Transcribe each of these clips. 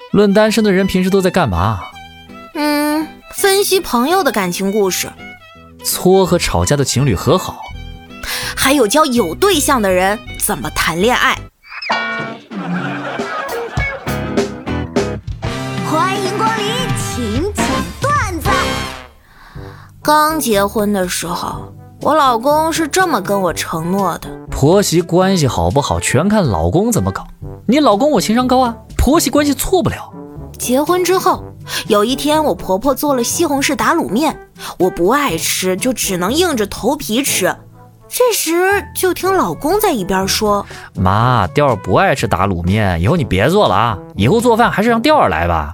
论单身的人平时都在干嘛？ 分析朋友的感情故事， 撮合吵架的情侣和好， 还有教有对象的人怎么谈恋爱。 欢迎光临请讲段子。 刚结婚的时候，我老公是这么跟我承诺的： 婆媳关系好不好全看老公怎么搞。你老公我情商高啊，婆媳关系错不了。 结婚之后，有一天我婆婆做了西红柿打卤面，我不爱吃，就只能硬着头皮吃。这时就听老公在一边说： 妈，调儿不爱吃打卤面，以后你别做了啊，以后做饭还是让调儿来吧。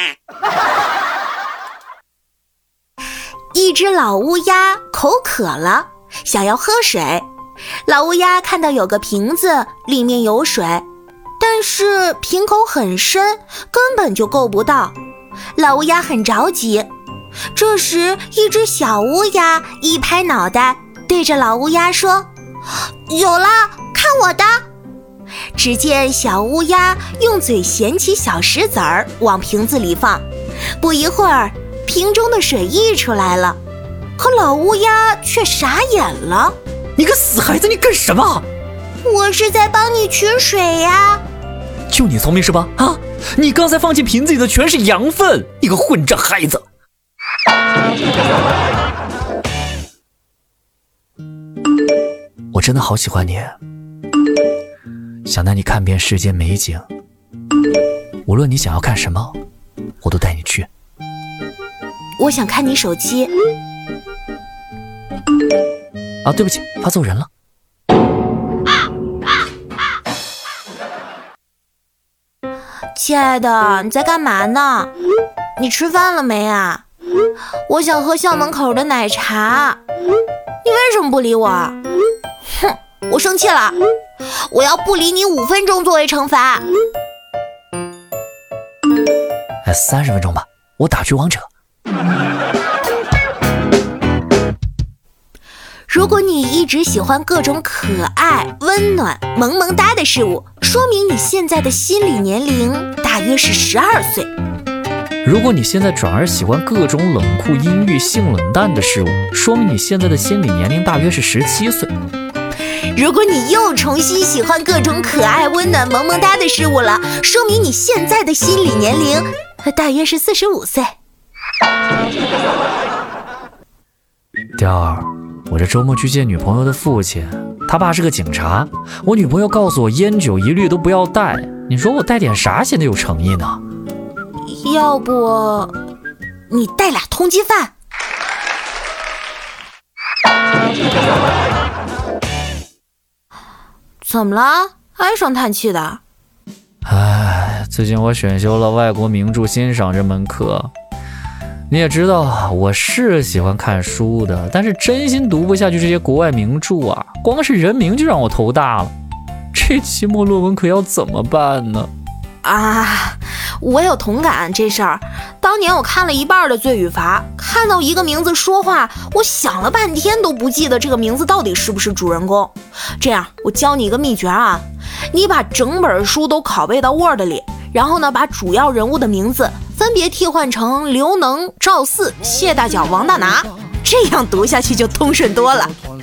一只老乌鸦口渴了，想要喝水。老乌鸦看到有个瓶子，里面有水，但是瓶口很深，根本就够不到。老乌鸦很着急。这时一只小乌鸦一拍脑袋，对着老乌鸦说：有了，看我的。只见小乌鸦用嘴衔起小石子儿往瓶子里放，不一会儿瓶中的水溢出来了，可老乌鸦却傻眼了。 你个死孩子，你干什么？ 我是在帮你取水呀。 就你聪明是吧？啊，你刚才放进瓶子里的全是羊粪，你个混账孩子。我真的好喜欢你，想带你看遍世间美景，无论你想要看什么，我都带你去。 我想看你手机。 啊，对不起，发错人了。 亲爱的，你在干嘛呢？你吃饭了没啊？我想喝校门口的奶茶。你为什么不理我？哼，我生气了，我要不理你5分钟作为惩罚。 30分钟吧，我打局王者。 如果你一直喜欢各种可爱、温暖、萌萌哒的事物，说明你现在的心理年龄大约是12岁。 如果你现在转而喜欢各种冷酷、阴郁、性冷淡的事物，说明你现在的心理年龄大约是17岁。 如果你又重新喜欢各种可爱、温暖、萌萌哒的事物了，说明你现在的心理年龄大约是45岁。 调儿，我这周末去见女朋友的父亲，他爸是个警察，我女朋友告诉我烟酒一律都不要带，你说我带点啥显得有诚意呢？ 要不你带俩通缉犯。怎么了？唉声叹气的。 最近我选修了外国名著欣赏这门课。你也知道我是喜欢看书的，但是真心读不下去这些国外名著啊，光是人名就让我头大了。这期末论文可要怎么办呢？ 我有同感这事儿。当年我看了一半的《罪与罚》，看到一个名字说话，我想了半天都不记得这个名字到底是不是主人公。这样，我教你一个秘诀啊，你把整本书都拷贝到 Word 里，然后呢，把主要人物的名字分别替换成刘能、赵四、谢大脚、王大拿，这样读下去就通顺多了。